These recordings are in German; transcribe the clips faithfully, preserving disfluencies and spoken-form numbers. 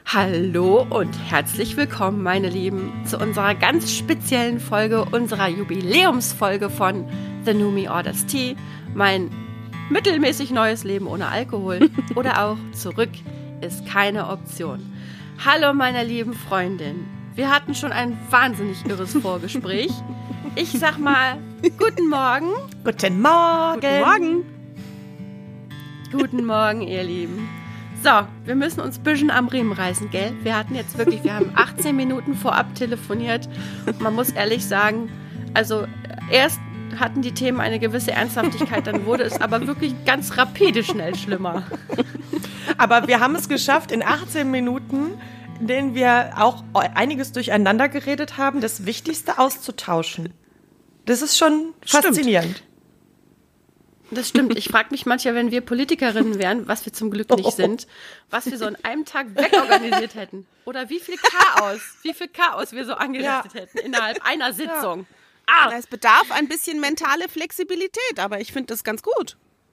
Hallo und herzlich willkommen, meine Lieben, zu unserer ganz speziellen Folge, unserer Jubiläumsfolge von The Numi Orders Tea, mein mittelmäßig neues Leben ohne Alkohol oder auch Zurück ist keine Option. Hallo, meine lieben Freundinnen, wir hatten schon ein wahnsinnig irres Vorgespräch. Ich sag mal, guten Morgen. Guten Morgen. Guten Morgen. Guten Morgen, ihr Lieben. So, wir müssen uns ein bisschen am Riemen reißen, gell? Wir hatten jetzt wirklich, wir haben achtzehn Minuten vorab telefoniert. Und man muss ehrlich sagen, also erst hatten die Themen eine gewisse Ernsthaftigkeit, dann wurde es aber wirklich ganz rapide schnell schlimmer. Aber wir haben es geschafft, in achtzehn Minuten, in denen wir auch einiges durcheinander geredet haben, das Wichtigste auszutauschen. Das ist schon faszinierend. Stimmt. Das stimmt. Ich frage mich manchmal, wenn wir Politikerinnen wären, was wir zum Glück nicht sind, was wir so an einem Tag wegorganisiert hätten. Oder wie viel Chaos, wie viel Chaos wir so angerichtet ja. hätten innerhalb einer Sitzung. Ja. Ah. Es bedarf ein bisschen mentale Flexibilität, aber ich finde das ganz gut.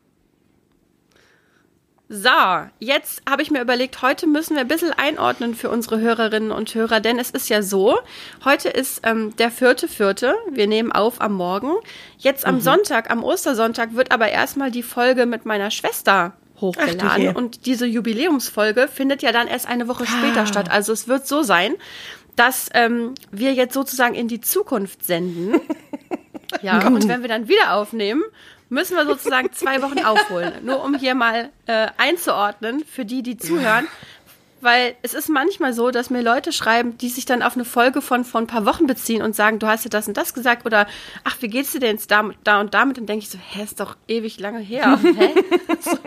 So, jetzt habe ich mir überlegt, heute müssen wir ein bisschen einordnen für unsere Hörerinnen und Hörer, denn es ist ja so, heute ist ähm, der vierte Vierte, wir nehmen auf am Morgen. Jetzt am mhm. Sonntag, am Ostersonntag, wird aber erstmal die Folge mit meiner Schwester hochgeladen. Und diese Jubiläumsfolge findet ja dann erst eine Woche ah. später statt. Also es wird so sein, dass ähm, wir jetzt sozusagen in die Zukunft senden. Ja, und wenn wir dann wieder aufnehmen, müssen wir sozusagen zwei Wochen aufholen. Nur um hier mal äh, einzuordnen für die, die zuhören. Weil es ist manchmal so, dass mir Leute schreiben, die sich dann auf eine Folge von vor ein paar Wochen beziehen und sagen, du hast ja das und das gesagt oder ach, wie geht's dir denn jetzt da, da und damit? Dann denke ich so, hä, ist doch ewig lange her. Hä? So.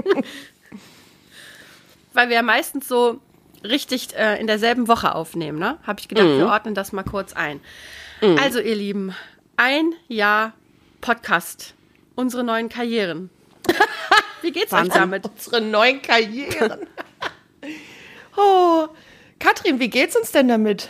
Weil wir ja meistens so richtig äh, in derselben Woche aufnehmen, ne? Habe ich gedacht, mhm. wir ordnen das mal kurz ein. Mhm. Also, ihr Lieben, ein Jahr Podcast. Unsere neuen Karrieren. Wie geht's Wahnsinn. euch damit? Unsere neuen Karrieren. Oh, Katrin, wie geht's uns denn damit?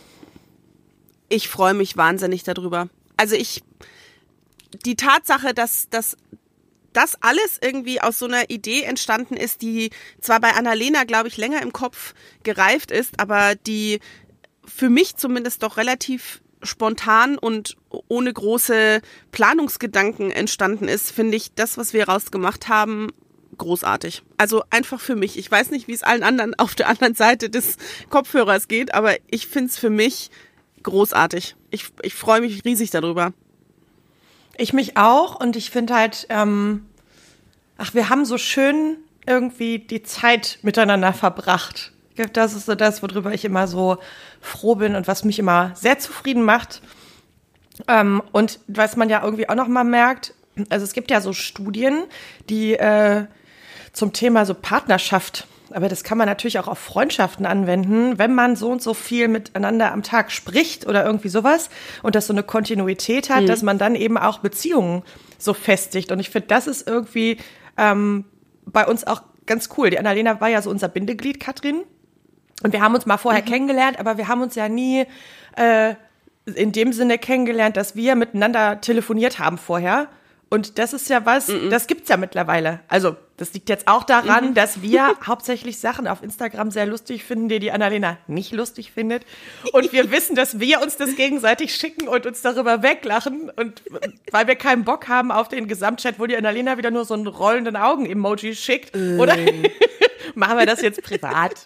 Ich freue mich wahnsinnig darüber. Also ich, die Tatsache, dass, dass das alles irgendwie aus so einer Idee entstanden ist, die zwar bei Annalena, glaube ich, länger im Kopf gereift ist, aber die für mich zumindest doch relativ spontan und ohne große Planungsgedanken entstanden ist, finde ich das, was wir rausgemacht haben, großartig. Also einfach für mich. Ich weiß nicht, wie es allen anderen auf der anderen Seite des Kopfhörers geht, aber ich finde es für mich großartig. Ich, ich freue mich riesig darüber. Ich mich auch und ich finde halt, ähm, ach, wir haben so schön irgendwie die Zeit miteinander verbracht. Ich glaube, das ist so das, worüber ich immer so froh bin und was mich immer sehr zufrieden macht. Ähm, und was man ja irgendwie auch noch mal merkt, also es gibt ja so Studien, die äh, zum Thema so Partnerschaft, aber das kann man natürlich auch auf Freundschaften anwenden, wenn man so und so viel miteinander am Tag spricht oder irgendwie sowas und das so eine Kontinuität hat, mhm. dass man dann eben auch Beziehungen so festigt. Und ich finde, das ist irgendwie ähm, bei uns auch ganz cool. Die Annalena war ja so unser Bindeglied, Katrin. Und wir haben uns mal vorher mhm. kennengelernt, aber wir haben uns ja nie äh, in dem Sinne kennengelernt, dass wir miteinander telefoniert haben vorher. Und das ist ja was, mhm. das gibt's ja mittlerweile. Also das liegt jetzt auch daran, mhm. dass wir hauptsächlich Sachen auf Instagram sehr lustig finden, die die Annalena nicht lustig findet. Und wir wissen, dass wir uns das gegenseitig schicken und uns darüber weglachen. Und weil wir keinen Bock haben auf den Gesamtchat, wo die Annalena wieder nur so einen rollenden Augen-Emoji schickt. Mhm. Oder machen wir das jetzt privat?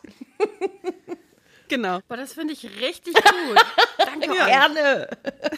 Genau. Boah, das finde ich richtig gut. Danke ja. Gerne.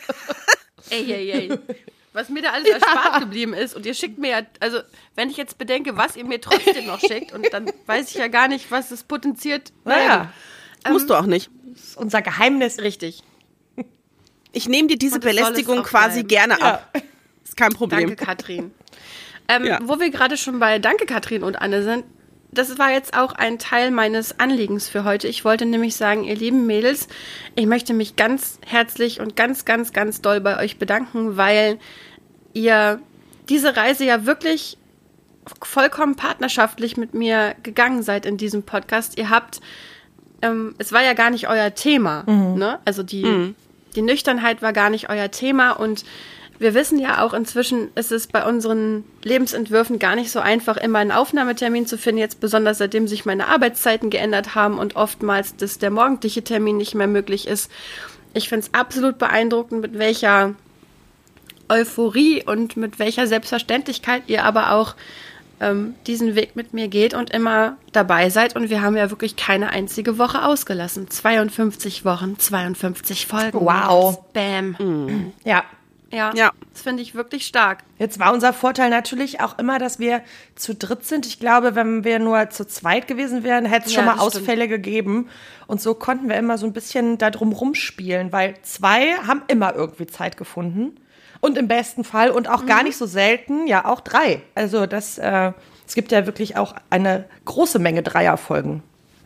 Ey, ey, ey. Was mir da alles erspart ja. geblieben ist. Und ihr schickt mir ja, also wenn ich jetzt bedenke, was ihr mir trotzdem noch schickt, und dann weiß ich ja gar nicht, was es potenziert. Naja, ähm, musst du auch nicht. Das ist unser Geheimnis. Richtig. Ich nehme dir diese Belästigung quasi bleiben. gerne ab. Ja. Ist kein Problem. Danke, Katrin. Ähm, ja. Wo wir gerade schon bei Danke, Katrin und Anne sind, das war jetzt auch ein Teil meines Anliegens für heute. Ich wollte nämlich sagen, ihr lieben Mädels, ich möchte mich ganz herzlich und ganz, ganz, ganz doll bei euch bedanken, weil ihr diese Reise ja wirklich vollkommen partnerschaftlich mit mir gegangen seid in diesem Podcast. Ihr habt, ähm, es war ja gar nicht euer Thema, mhm. ne? Also die, mhm. die Nüchternheit war gar nicht euer Thema und wir wissen ja auch inzwischen, ist es bei unseren Lebensentwürfen gar nicht so einfach, immer einen Aufnahmetermin zu finden, jetzt besonders seitdem sich meine Arbeitszeiten geändert haben und oftmals dass der morgendliche Termin nicht mehr möglich ist. Ich finde es absolut beeindruckend, mit welcher Euphorie und mit welcher Selbstverständlichkeit ihr aber auch ähm, diesen Weg mit mir geht und immer dabei seid. Und wir haben ja wirklich keine einzige Woche ausgelassen. zweiundfünfzig Wochen, zweiundfünfzig Folgen. Wow. Bam. Mhm. Ja. Ja, Ja. das finde ich wirklich stark. Jetzt war unser Vorteil natürlich auch immer, dass wir zu dritt sind. Ich glaube, wenn wir nur zu zweit gewesen wären, hätte es Ja, schon mal das Ausfälle gegeben. Und so konnten wir immer so ein bisschen da drum rumspielen, weil zwei haben immer irgendwie Zeit gefunden. Und im besten Fall und auch gar nicht so selten, ja auch drei. Also das, äh, es gibt ja wirklich auch eine große Menge Dreierfolgen.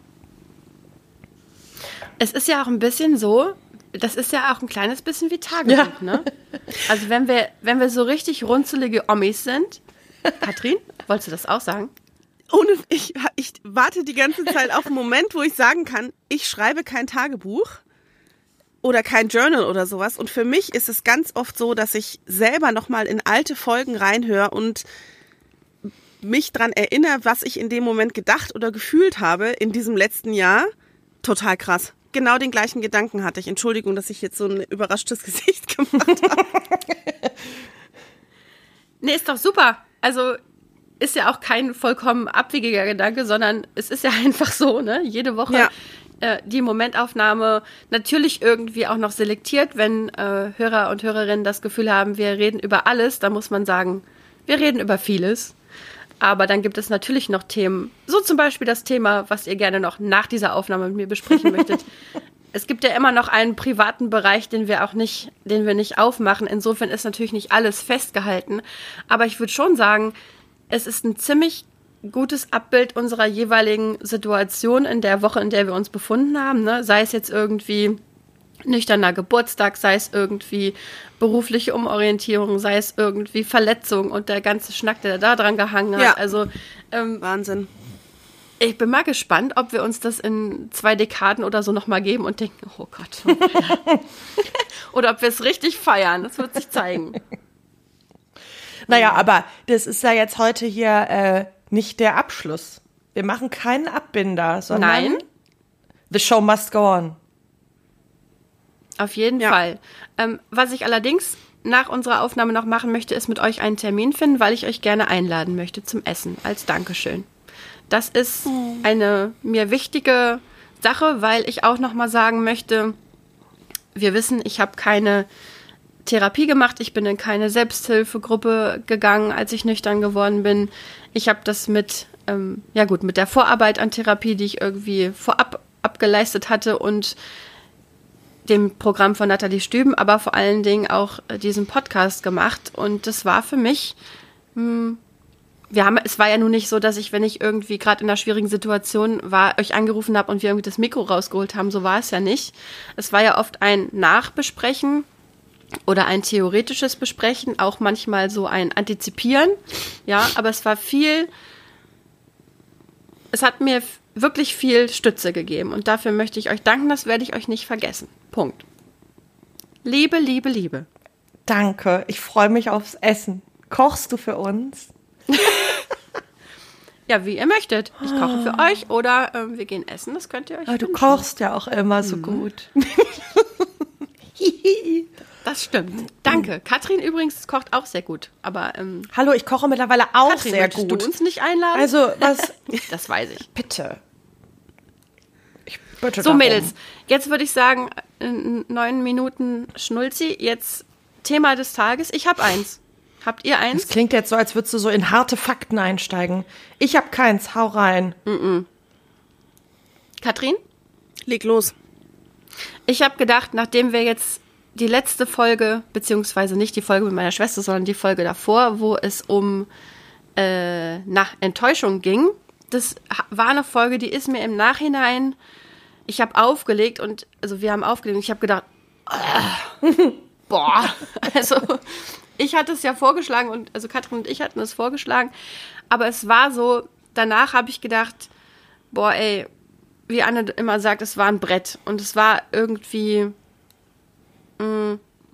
Es ist ja auch ein bisschen so, das ist ja auch ein kleines bisschen wie Tagebuch, Ja. ne? Also wenn wir, wenn wir so richtig runzelige Omis sind. Katrin, wolltest du das auch sagen? Ohne, ich, ich warte die ganze Zeit auf einen Moment, wo ich sagen kann, ich schreibe kein Tagebuch oder kein Journal oder sowas. Und für mich ist es ganz oft so, dass ich selber nochmal in alte Folgen reinhöre und mich dran erinnere, was ich in dem Moment gedacht oder gefühlt habe in diesem letzten Jahr. Total krass. Genau den gleichen Gedanken hatte ich. Entschuldigung, dass ich jetzt so ein überraschtes Gesicht gemacht habe. Nee, ist doch super. Also ist ja auch kein vollkommen abwegiger Gedanke, sondern es ist ja einfach so, ne? Jede Woche Ja. äh, die Momentaufnahme natürlich irgendwie auch noch selektiert, wenn äh, Hörer und Hörerinnen das Gefühl haben, wir reden über alles, dann muss man sagen, wir reden über vieles. Aber dann gibt es natürlich noch Themen, so zum Beispiel das Thema, was ihr gerne noch nach dieser Aufnahme mit mir besprechen möchtet. Es gibt ja immer noch einen privaten Bereich, den wir auch nicht, den wir nicht aufmachen. Insofern ist natürlich nicht alles festgehalten. Aber ich würde schon sagen, es ist ein ziemlich gutes Abbild unserer jeweiligen Situation in der Woche, in der wir uns befunden haben. Ne? Sei es jetzt irgendwie nüchterner Geburtstag, sei es irgendwie berufliche Umorientierung, sei es irgendwie Verletzung und der ganze Schnack, der da dran gehangen hat. Ja. Also ähm, Wahnsinn. ich bin mal gespannt, ob wir uns das in zwei Dekaden oder so nochmal geben und denken, oh Gott. Oder ob wir es richtig feiern. Das wird sich zeigen. Naja, aber das ist ja jetzt heute hier äh, nicht der Abschluss. Wir machen keinen Abbinder, sondern Nein. the show must go on. Auf jeden Ja. Fall. Ähm, was ich allerdings nach unserer Aufnahme noch machen möchte, ist mit euch einen Termin finden, weil ich euch gerne einladen möchte zum Essen als Dankeschön. Das ist eine mir wichtige Sache, weil ich auch noch mal sagen möchte, wir wissen, ich habe keine Therapie gemacht, ich bin in keine Selbsthilfegruppe gegangen, als ich nüchtern geworden bin. Ich habe das mit, ähm, ja gut, mit der Vorarbeit an Therapie, die ich irgendwie vorab abgeleistet hatte und dem Programm von Nathalie Stüben, aber vor allen Dingen auch äh, diesen Podcast gemacht. Und das war für mich, mh, wir haben, es war ja nun nicht so, dass ich, wenn ich irgendwie gerade in einer schwierigen Situation war, euch angerufen habe und wir irgendwie das Mikro rausgeholt haben. So war es ja nicht. Es war ja oft ein Nachbesprechen oder ein theoretisches Besprechen, auch manchmal so ein Antizipieren. Ja, aber es war viel, es hat mir f- wirklich viel Stütze gegeben. Und dafür möchte ich euch danken, das werde ich euch nicht vergessen. Punkt. Liebe, Liebe, Liebe. Danke, ich freue mich aufs Essen. Kochst du für uns? Ja, wie ihr möchtet. Ich koche für euch oder ähm, wir gehen essen. Das könnt ihr euch Aber du wünschen. kochst ja auch immer so gut. Das stimmt. Danke. Katrin übrigens kocht auch sehr gut. Aber ähm, Hallo, ich koche mittlerweile auch Katrin, sehr möchtest gut. du uns nicht einladen? Also, was? Das weiß ich. Bitte. Ich bitte So, darum. Mädels, jetzt würde ich sagen, in neun Minuten Schnulzi. Jetzt Thema des Tages. Ich habe eins. Habt ihr Das eins? klingt jetzt so, als würdest du so in harte Fakten einsteigen. Ich habe keins, hau rein. Katrin? Leg los. Ich habe gedacht, nachdem wir jetzt die letzte Folge, beziehungsweise nicht die Folge mit meiner Schwester, sondern die Folge davor, wo es um äh, na, Enttäuschung ging, das ha- war eine Folge, die ist mir im Nachhinein, ich habe aufgelegt und, also wir haben aufgelegt und ich habe gedacht, äh, boah, also ich hatte es ja vorgeschlagen und, also Katrin und ich hatten es vorgeschlagen, aber es war so, danach habe ich gedacht, boah ey, wie Anne immer sagt, es war ein Brett und es war irgendwie, mh,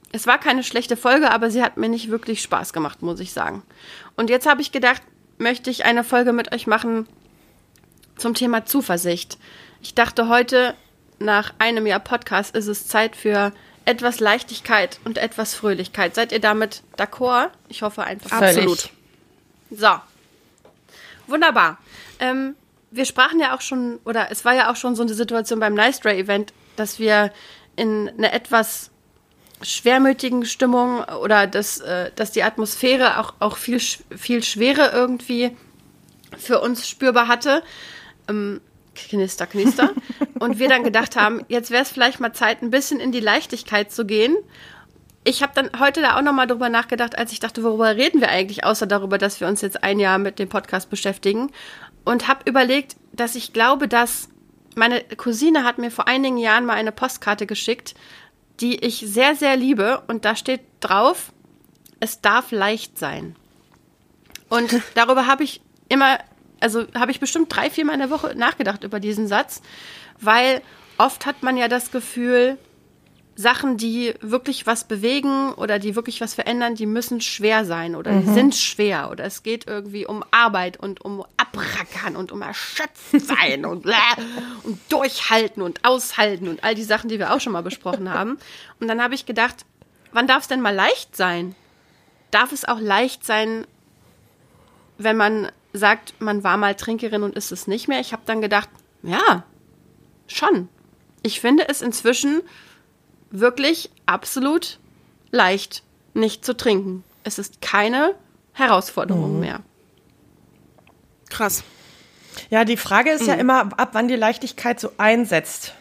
es war keine schlechte Folge, aber sie hat mir nicht wirklich Spaß gemacht, muss ich sagen. Und jetzt habe ich gedacht, möchte ich eine Folge mit euch machen zum Thema Zuversicht. Ich dachte, heute, nach einem Jahr Podcast, ist es Zeit für etwas Leichtigkeit und etwas Fröhlichkeit. Seid ihr damit d'accord? Ich hoffe einfach. Absolut. So. Wunderbar. Ähm, wir sprachen ja auch schon, oder es war ja auch schon so eine Situation beim Nice Dry Event, dass wir in einer etwas schwermütigen Stimmung oder dass, äh, dass die Atmosphäre auch, auch viel, viel Schwere irgendwie für uns spürbar hatte. Ähm, knister, knister. Und wir dann gedacht haben, jetzt wäre es vielleicht mal Zeit, ein bisschen in die Leichtigkeit zu gehen. Ich habe dann heute da auch nochmal drüber nachgedacht, als ich dachte, worüber reden wir eigentlich, außer darüber, dass wir uns jetzt ein Jahr mit dem Podcast beschäftigen. Und habe überlegt, dass ich glaube, dass meine Cousine hat mir vor einigen Jahren mal eine Postkarte geschickt, die ich sehr, sehr liebe. Und da steht drauf, es darf leicht sein. Und darüber habe ich immer, also habe ich bestimmt drei, vier Mal in der Woche nachgedacht über diesen Satz, weil oft hat man ja das Gefühl, Sachen, die wirklich was bewegen oder die wirklich was verändern, die müssen schwer sein oder die mhm. sind schwer oder es geht irgendwie um Arbeit und um Abrackern und um erschöpft sein und, und durchhalten und aushalten und all die Sachen, die wir auch schon mal besprochen haben. Und dann habe ich gedacht, wann darf es denn mal leicht sein? Darf es auch leicht sein, wenn man sagt, man war mal Trinkerin und ist es nicht mehr? Ich habe dann gedacht, ja, schon. Ich finde es inzwischen wirklich absolut leicht, nicht zu trinken. Es ist keine Herausforderung mhm. mehr. Krass. Ja, die Frage ist mhm. ja immer, ab wann die Leichtigkeit so einsetzt.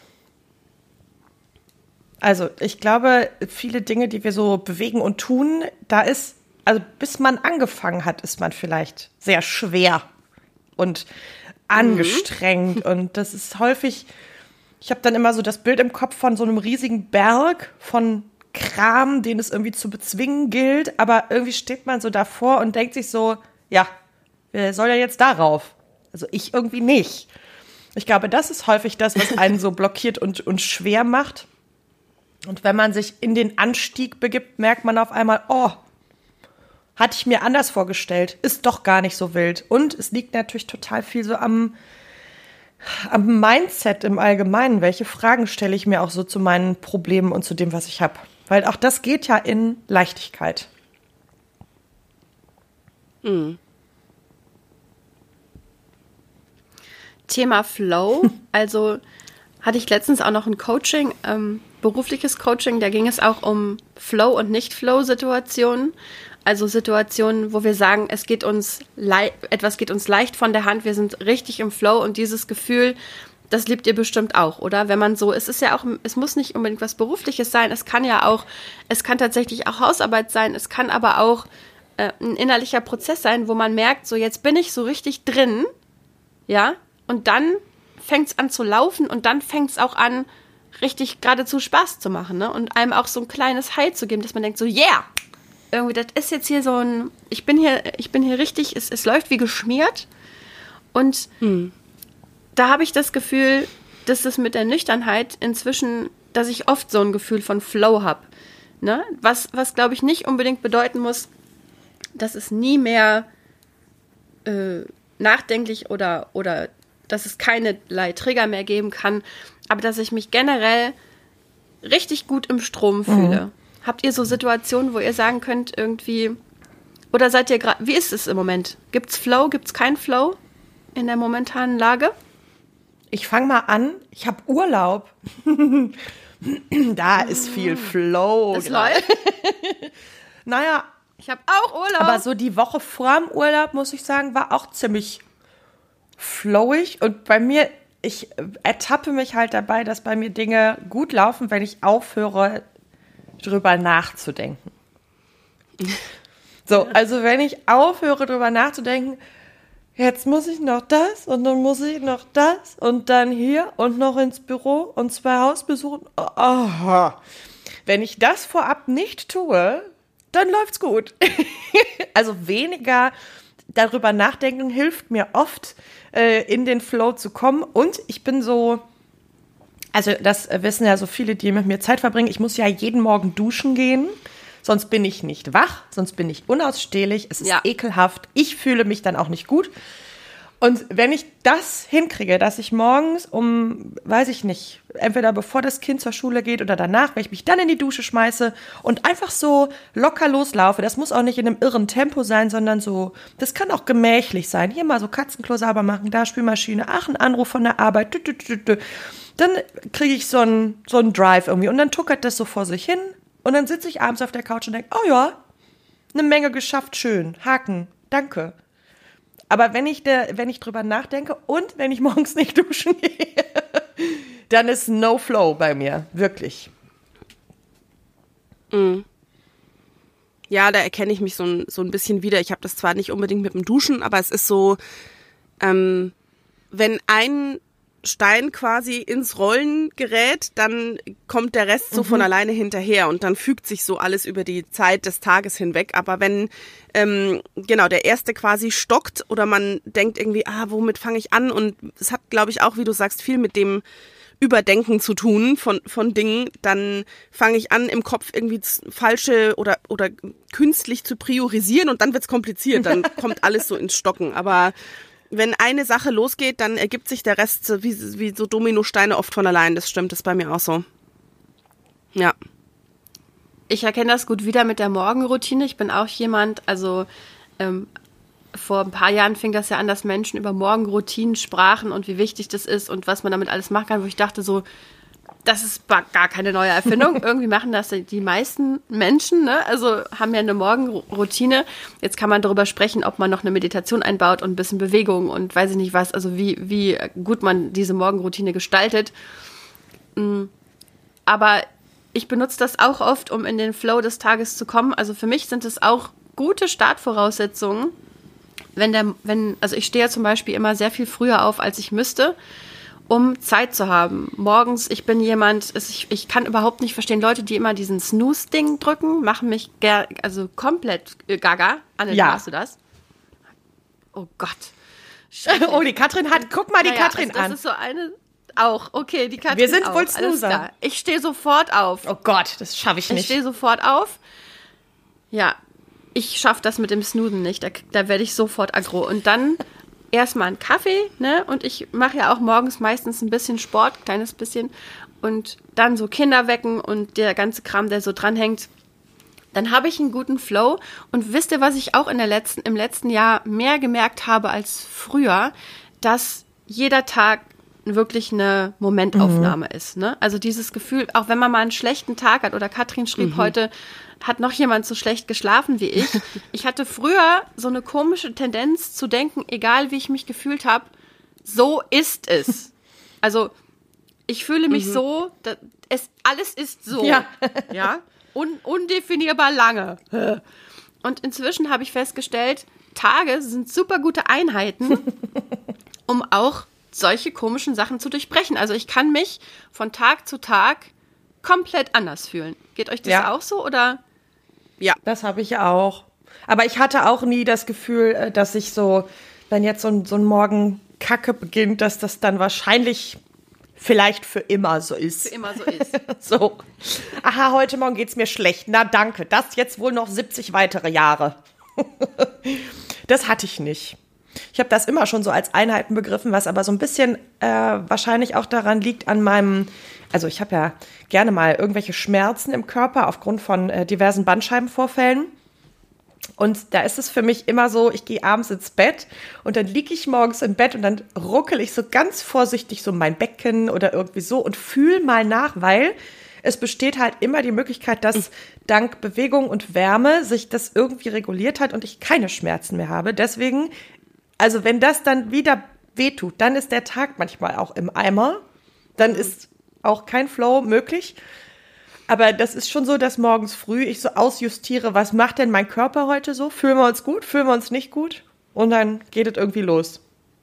Also ich glaube, viele Dinge, die wir so bewegen und tun, da ist, also bis man angefangen hat, ist man vielleicht sehr schwer und angestrengt. Mhm. Und das ist häufig... Ich habe dann immer so das Bild im Kopf von so einem riesigen Berg von Kram, den es irgendwie zu bezwingen gilt. Aber irgendwie steht man so davor und denkt sich so, ja, wer soll ja jetzt darauf? Also ich irgendwie nicht. Ich glaube, das ist häufig das, was einen so blockiert und, und schwer macht. Und wenn man sich in den Anstieg begibt, merkt man auf einmal, oh, hatte ich mir anders vorgestellt. Ist doch gar nicht so wild. Und es liegt natürlich total viel so am... am Mindset im Allgemeinen, welche Fragen stelle ich mir auch so zu meinen Problemen und zu dem, was ich habe. Weil auch das geht ja in Leichtigkeit. Mhm. Thema Flow. Also hatte ich letztens auch noch ein Coaching, ähm, berufliches Coaching, da ging es auch um Flow- und Nicht-Flow-Situationen. Also Situationen, wo wir sagen, es geht uns le- etwas geht uns leicht von der Hand, wir sind richtig im Flow und dieses Gefühl, das liebt ihr bestimmt auch, oder? Wenn man so, es ist ja auch, es muss nicht unbedingt was Berufliches sein, es kann ja auch, es kann tatsächlich auch Hausarbeit sein, es kann aber auch äh, ein innerlicher Prozess sein, wo man merkt, so jetzt bin ich so richtig drin, ja, und dann fängt es an zu laufen und dann fängt es auch an, richtig geradezu Spaß zu machen, ne? Und einem auch so ein kleines High zu geben, dass man denkt so, yeah! Irgendwie, das ist jetzt hier so ein, ich bin hier, ich bin hier richtig, es, es läuft wie geschmiert. Und hm. da habe ich das Gefühl, dass das mit der Nüchternheit inzwischen, dass ich oft so ein Gefühl von Flow habe. Ne? Was, was glaube ich, nicht unbedingt bedeuten muss, dass es nie mehr äh, nachdenklich oder, oder dass es keinerlei Trigger mehr geben kann, aber dass ich mich generell richtig gut im Strom fühle. Mhm. Habt ihr so Situationen, wo ihr sagen könnt, irgendwie, oder seid ihr gerade, wie ist es im Moment? Gibt's Flow, gibt's kein Flow in der momentanen Lage? Ich fange mal an, ich habe Urlaub. Da ist viel Flow. Das läuft. Naja. Ich habe auch Urlaub. Aber so die Woche vor dem Urlaub, muss ich sagen, war auch ziemlich flowig. Und bei mir, ich ertappe mich halt dabei, dass bei mir Dinge gut laufen, wenn ich aufhöre, drüber nachzudenken. So, also wenn ich aufhöre, drüber nachzudenken, jetzt muss ich noch das und dann muss ich noch das und dann hier und noch ins Büro und zwei Hausbesuchen. Oh. Wenn ich das vorab nicht tue, dann läuft's gut. Also weniger darüber nachdenken hilft mir oft, äh, in den Flow zu kommen. Und ich bin so Also das wissen ja so viele, die mit mir Zeit verbringen. Ich muss ja jeden Morgen duschen gehen, sonst bin ich nicht wach, sonst bin ich unausstehlich, es ist Ja. ekelhaft, ich fühle mich dann auch nicht gut. Und wenn ich das hinkriege, dass ich morgens um, weiß ich nicht, entweder bevor das Kind zur Schule geht oder danach, wenn ich mich dann in die Dusche schmeiße und einfach so locker loslaufe, das muss auch nicht in einem irren Tempo sein, sondern so, das kann auch gemächlich sein. Hier mal so Katzenklo sauber machen, da Spülmaschine, ach, ein Anruf von der Arbeit, dü, dü, dü, dü. Dann kriege ich so einen so einen Drive irgendwie und dann tuckert das so vor sich hin und dann sitze ich abends auf der Couch und denke, oh ja, eine Menge geschafft, schön, Haken, danke. Aber wenn ich, de, wenn ich drüber nachdenke und wenn ich morgens nicht duschen gehe, dann ist no flow bei mir, wirklich. Mhm. Ja, da erkenne ich mich so ein, so ein bisschen wieder. Ich habe das zwar nicht unbedingt mit dem Duschen, aber es ist so, ähm, wenn ein Stein quasi ins Rollen gerät, dann kommt der Rest so mhm. von alleine hinterher und dann fügt sich so alles über die Zeit des Tages hinweg. Aber wenn ähm, genau der erste quasi stockt oder man denkt irgendwie, ah, womit fange ich an? Und es hat, glaube ich, auch, wie du sagst, viel mit dem Überdenken zu tun von von Dingen, dann fange ich an, im Kopf irgendwie falsche oder oder künstlich zu priorisieren und dann wird's kompliziert, dann kommt alles so ins Stocken. Aber wenn eine Sache losgeht, dann ergibt sich der Rest wie, wie so Dominosteine oft von allein. Das stimmt, das ist bei mir auch so. Ja. Ich erkenne das gut wieder mit der Morgenroutine. Ich bin auch jemand, also ähm, vor ein paar Jahren fing das ja an, dass Menschen über Morgenroutinen sprachen und wie wichtig das ist und was man damit alles machen kann, wo ich dachte so, das ist gar keine neue Erfindung. Irgendwie machen das die meisten Menschen, ne? Also haben ja eine Morgenroutine. Jetzt kann man darüber sprechen, ob man noch eine Meditation einbaut und ein bisschen Bewegung und weiß ich nicht was, also wie, wie gut man diese Morgenroutine gestaltet. Aber ich benutze das auch oft, um in den Flow des Tages zu kommen. Also für mich sind es auch gute Startvoraussetzungen, wenn der, wenn, also ich stehe ja zum Beispiel immer sehr viel früher auf, als ich müsste, um Zeit zu haben. Morgens, ich bin jemand, ich, ich kann überhaupt nicht verstehen, Leute, die immer diesen Snooze-Ding drücken, machen mich ger- also komplett gaga. Anne, Ja. machst du das? Oh Gott. Oh, die Katrin hat, guck mal die Naja, Katrin also das an. ist so eine, auch, okay, die Katrin Wir sind auch, wohl alles Snoozer. klar. Ich stehe sofort auf. Oh Gott, das schaffe ich Ich nicht. stehe sofort auf. Ja, ich schaffe das mit dem Snoozen nicht. Da, da werde ich sofort aggro. Und dann erstmal einen Kaffee, ne? Und ich mache ja auch morgens meistens ein bisschen Sport, kleines bisschen. Und dann so Kinder wecken und der ganze Kram, der so dranhängt. Dann habe ich einen guten Flow. Und wisst ihr, was ich auch in der letzten, im letzten Jahr mehr gemerkt habe als früher? Dass jeder Tag wirklich eine Momentaufnahme mhm. ist. Ne? Also dieses Gefühl, auch wenn man mal einen schlechten Tag hat, oder Katrin schrieb mhm. heute, hat noch jemand so schlecht geschlafen wie ich. Ich hatte früher so eine komische Tendenz zu denken, egal wie ich mich gefühlt habe, so ist es. Also ich fühle mich mhm. so, dass es, alles ist so. Ja. Ja? Un, undefinierbar lange. Und inzwischen habe ich festgestellt, Tage sind super gute Einheiten, um auch solche komischen Sachen zu durchbrechen. Also ich kann mich von Tag zu Tag komplett anders fühlen. Geht euch das Ja. auch so, oder? Ja, das habe ich auch. Aber ich hatte auch nie das Gefühl, dass ich so, wenn jetzt so ein, so ein Morgen Kacke beginnt, dass das dann wahrscheinlich vielleicht für immer so ist. Für immer so ist. So. Aha, heute Morgen geht's mir schlecht. Na danke, das jetzt wohl noch siebzig weitere Jahre. Das hatte ich nicht. Ich habe das immer schon so als Einheiten begriffen, was aber so ein bisschen äh, wahrscheinlich auch daran liegt an meinem, also ich habe ja gerne mal irgendwelche Schmerzen im Körper aufgrund von äh, diversen Bandscheibenvorfällen. Und da ist es für mich immer so, ich gehe abends ins Bett und dann liege ich morgens im Bett und dann ruckel ich so ganz vorsichtig so mein Becken oder irgendwie so und fühle mal nach, weil es besteht halt immer die Möglichkeit, dass dank Bewegung und Wärme sich das irgendwie reguliert hat und ich keine Schmerzen mehr habe. Deswegen, also wenn das dann wieder wehtut, dann ist der Tag manchmal auch im Eimer. Dann ist auch kein Flow möglich. Aber das ist schon so, dass morgens früh ich so ausjustiere, was macht denn mein Körper heute so? Fühlen wir uns gut? Fühlen wir uns nicht gut? Und dann geht es irgendwie los.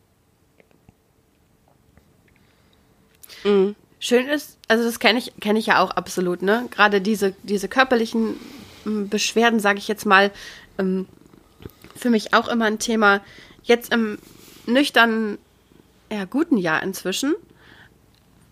Mhm. Schön ist, also das kenne ich, kenne ich ja auch absolut, ne? Gerade diese, diese körperlichen m, Beschwerden, sage ich jetzt mal, ähm, für mich auch immer ein Thema. Jetzt im nüchternen, ja, guten Jahr inzwischen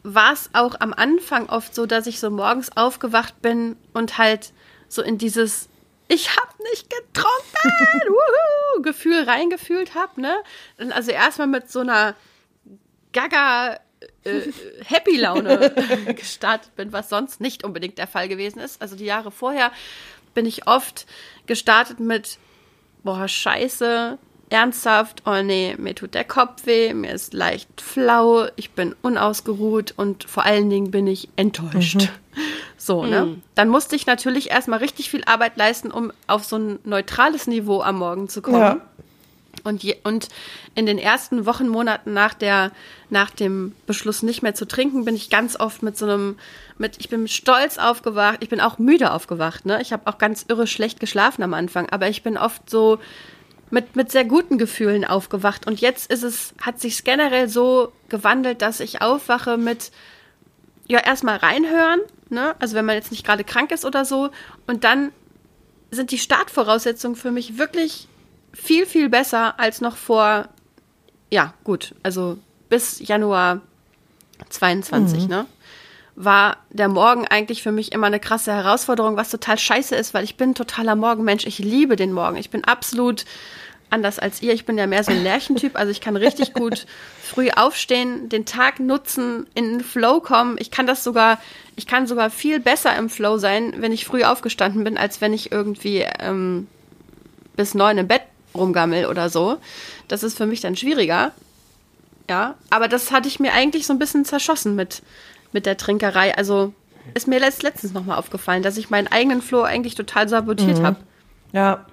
war es auch am Anfang oft so, dass ich so morgens aufgewacht bin und halt so in dieses ich hab nicht getrunken wuhu, Gefühl reingefühlt habe, ne? Also erstmal mit so einer Gaga äh, Happy-Laune gestartet bin, was sonst nicht unbedingt der Fall gewesen ist. Also die Jahre vorher bin ich oft gestartet mit boah, scheiße, ernsthaft, oh nee, mir tut der Kopf weh, mir ist leicht flau, ich bin unausgeruht und vor allen Dingen bin ich enttäuscht. Mhm. So, ne? Mhm. Dann musste ich natürlich erstmal richtig viel Arbeit leisten, um auf so ein neutrales Niveau am Morgen zu kommen. Ja. Und, je, und in den ersten Wochen, Monaten nach der, nach dem Beschluss nicht mehr zu trinken, bin ich ganz oft mit so einem, mit, ich bin stolz aufgewacht, ich bin auch müde aufgewacht, ne? Ich habe auch ganz irre schlecht geschlafen am Anfang, aber ich bin oft so mit, mit sehr guten Gefühlen aufgewacht. Und jetzt ist es, hat sich generell so gewandelt, dass ich aufwache mit, ja, erstmal reinhören, ne? Also wenn man jetzt nicht gerade krank ist oder so. Und dann sind die Startvoraussetzungen für mich wirklich viel, viel besser als noch vor, ja, gut, also bis Januar zweiundzwanzig, mhm. ne? War der Morgen eigentlich für mich immer eine krasse Herausforderung, was total scheiße ist, weil ich bin ein totaler Morgenmensch. Ich liebe den Morgen. Ich bin absolut anders als ihr. Ich bin ja mehr so ein Lerchentyp. Also ich kann richtig gut früh aufstehen, den Tag nutzen, in den Flow kommen. Ich kann das sogar, ich kann sogar viel besser im Flow sein, wenn ich früh aufgestanden bin, als wenn ich irgendwie ähm, bis neun im Bett rumgammel oder so. Das ist für mich dann schwieriger. Ja, aber das hatte ich mir eigentlich so ein bisschen zerschossen mit mit der Trinkerei. Also ist mir letzt, letztens nochmal aufgefallen, dass ich meinen eigenen Flow eigentlich total sabotiert mhm. habe. Ja.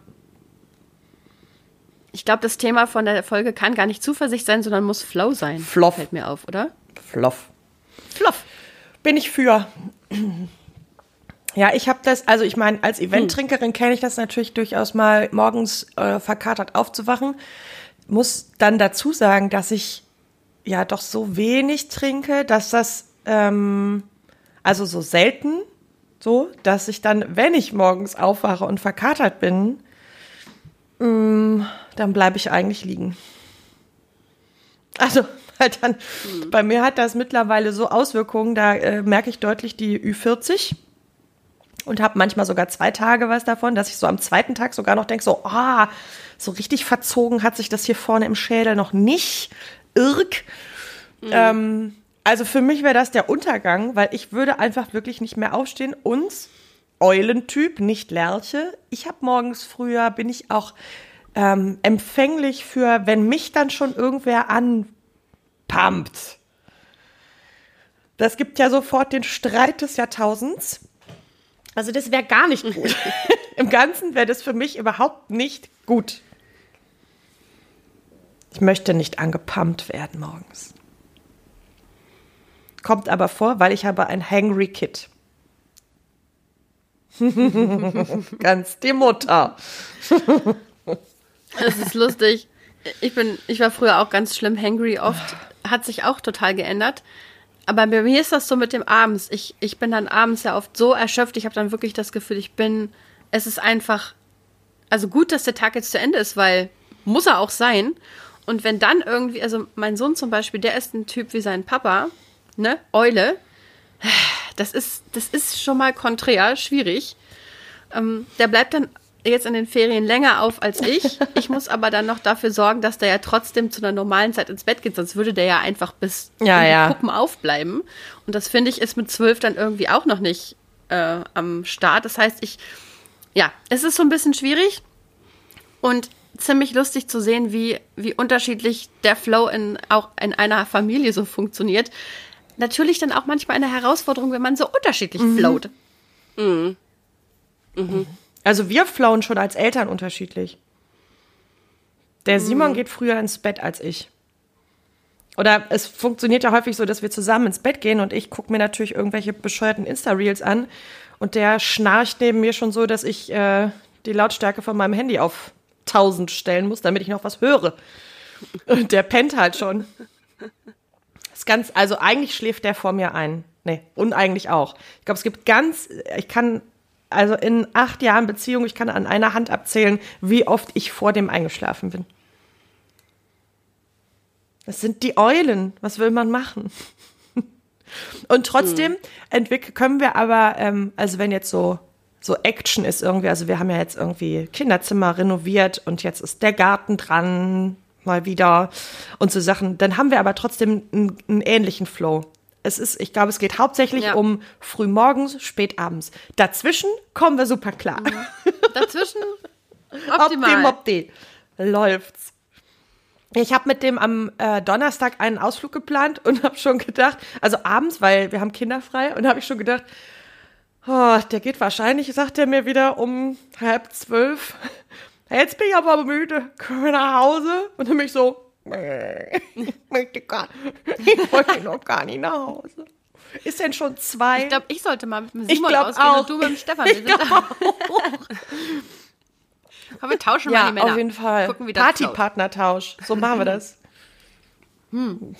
Ich glaube, das Thema von der Folge kann gar nicht Zuversicht sein, sondern muss Flow sein. Floff. Fällt mir auf, oder? Floff. Floff. Bin ich für. Ja, ich habe das, also ich meine, als Eventtrinkerin kenne ich das natürlich durchaus mal, morgens äh, verkatert aufzuwachen. Muss dann dazu sagen, dass ich ja doch so wenig trinke, dass das Ähm, also so selten, so, dass ich dann, wenn ich morgens aufwache und verkatert bin, ähm, dann bleibe ich eigentlich liegen. Also, halt dann, mhm. bei mir hat das mittlerweile so Auswirkungen, da äh, merke ich deutlich die Ü vierzig und habe manchmal sogar zwei Tage was davon, dass ich so am zweiten Tag sogar noch denke, so, ah, so richtig verzogen hat sich das hier vorne im Schädel noch nicht. Irk. Mhm. Ähm, Also für mich wäre das der Untergang, weil ich würde einfach wirklich nicht mehr aufstehen und Eulentyp, nicht Lerche. Ich habe morgens früher, bin ich auch ähm, empfänglich für, wenn mich dann schon irgendwer anpumpt. Das gibt ja sofort den Streit des Jahrtausends. Also das wäre gar nicht gut. Im Ganzen wäre das für mich überhaupt nicht gut. Ich möchte nicht angepumpt werden morgens. Kommt aber vor, weil ich habe ein Hangry Kid. Ganz die Mutter. Das ist lustig. Ich bin, ich war früher auch ganz schlimm hangry oft. Hat sich auch total geändert. Aber bei mir ist das so mit dem Abends. Ich, ich bin dann abends ja oft so erschöpft. Ich habe dann wirklich das Gefühl, ich bin, es ist einfach, also gut, dass der Tag jetzt zu Ende ist, weil muss er auch sein. Und wenn dann irgendwie, also mein Sohn zum Beispiel, der ist ein Typ wie sein Papa, ne, Eule, das ist, das ist schon mal konträr, schwierig. Ähm, der bleibt dann jetzt in den Ferien länger auf als ich. Ich muss aber dann noch dafür sorgen, dass der ja trotzdem zu einer normalen Zeit ins Bett geht, sonst würde der ja einfach bis ja, in die ja. Puppen aufbleiben. Und das finde ich ist mit zwölf dann irgendwie auch noch nicht äh, am Start. Das heißt, ich, ja, es ist so ein bisschen schwierig und ziemlich lustig zu sehen, wie, wie unterschiedlich der Flow in, auch in einer Familie so funktioniert. Natürlich dann auch manchmal eine Herausforderung, wenn man so unterschiedlich mhm. flowt. Mhm. Mhm. Also wir flowen schon als Eltern unterschiedlich. Der Simon mhm. geht früher ins Bett als ich. Oder es funktioniert ja häufig so, dass wir zusammen ins Bett gehen und ich gucke mir natürlich irgendwelche bescheuerten Insta-Reels an und der schnarcht neben mir schon so, dass ich äh, die Lautstärke von meinem Handy auf tausend stellen muss, damit ich noch was höre. Und der pennt halt schon. Ist ganz, also eigentlich schläft der vor mir ein. Nee, und eigentlich auch. Ich glaube, es gibt ganz, ich kann, also in acht Jahren Beziehung, ich kann an einer Hand abzählen, wie oft ich vor dem eingeschlafen bin. Das sind die Eulen. Was will man machen? Und trotzdem mhm. entwickeln können wir aber, ähm, also wenn jetzt so so Action ist irgendwie, also wir haben ja jetzt irgendwie Kinderzimmer renoviert und jetzt ist der Garten dran, mal wieder und so Sachen, dann haben wir aber trotzdem einen, einen ähnlichen Flow. Es ist, ich glaube, es geht hauptsächlich ja. um frühmorgens, spätabends. Dazwischen kommen wir super klar. Mhm. Dazwischen optimal. Opti, Opti. Läuft's. Ich habe mit dem am äh, Donnerstag einen Ausflug geplant und habe schon gedacht, also abends, weil wir haben kinderfrei, und habe ich schon gedacht, oh, der geht wahrscheinlich, sagt er mir wieder um halb zwölf. Jetzt bin ich aber müde, können wir nach Hause? Und dann bin ich so, ich möchte gar, ich wollte noch gar nicht nach Hause. Ist denn schon zwei? Ich glaube, ich sollte mal mit dem Simon ich ausgehen auch. und du mit dem Stefan. Wir sind auch. Komm, wir tauschen ja, mal die Männer. Auf jeden Fall. Gucken, Partypartnertausch. So machen wir das. Hm.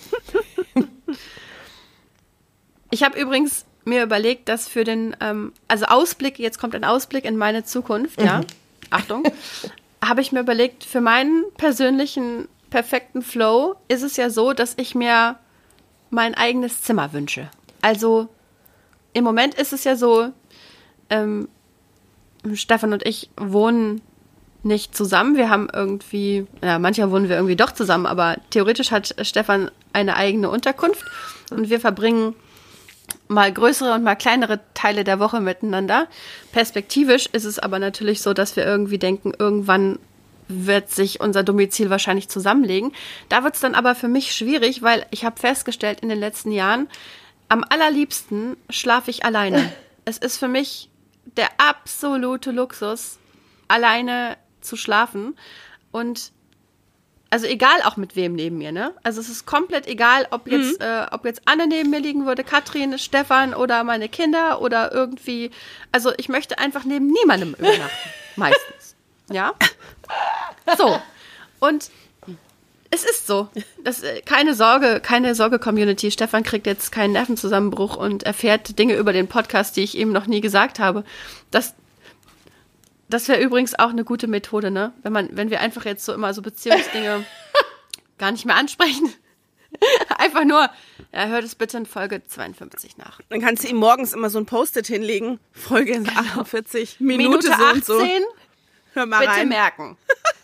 Ich habe übrigens mir überlegt, dass für den, ähm, also Ausblick, jetzt kommt ein Ausblick in meine Zukunft, mhm. ja, Achtung, habe ich mir überlegt, für meinen persönlichen perfekten Flow ist es ja so, dass ich mir mein eigenes Zimmer wünsche. Also im Moment ist es ja so, ähm, Stefan und ich wohnen nicht zusammen. Wir haben irgendwie, ja, manchmal wohnen wir irgendwie doch zusammen, aber theoretisch hat Stefan eine eigene Unterkunft und wir verbringen mal größere und mal kleinere Teile der Woche miteinander. Perspektivisch ist es aber natürlich so, dass wir irgendwie denken, irgendwann wird sich unser Domizil wahrscheinlich zusammenlegen. Da wird es dann aber für mich schwierig, weil ich habe festgestellt in den letzten Jahren, am allerliebsten schlafe ich alleine. Es ist für mich der absolute Luxus, alleine zu schlafen. Und also egal auch mit wem neben mir, ne? Also es ist komplett egal, ob jetzt, mhm. äh, ob jetzt Anne neben mir liegen würde, Katrin, Stefan oder meine Kinder oder irgendwie. Also ich möchte einfach neben niemandem übernachten. Meistens. Ja? So. Und es ist so. Das, äh, keine Sorge, keine Sorge, Community. Stefan kriegt jetzt keinen Nervenzusammenbruch und erfährt Dinge über den Podcast, die ich ihm noch nie gesagt habe. Das Das wäre übrigens auch eine gute Methode, ne? Wenn man, wenn wir einfach jetzt so immer so Beziehungsdinge gar nicht mehr ansprechen. Einfach nur, ja, hört es bitte in Folge zweiundfünfzig nach. Dann kannst du ihm morgens immer so ein Post-it hinlegen. Folge achtundvierzig, Minute, Minute so achtzehn, und so. Hör mal bitte rein. merken.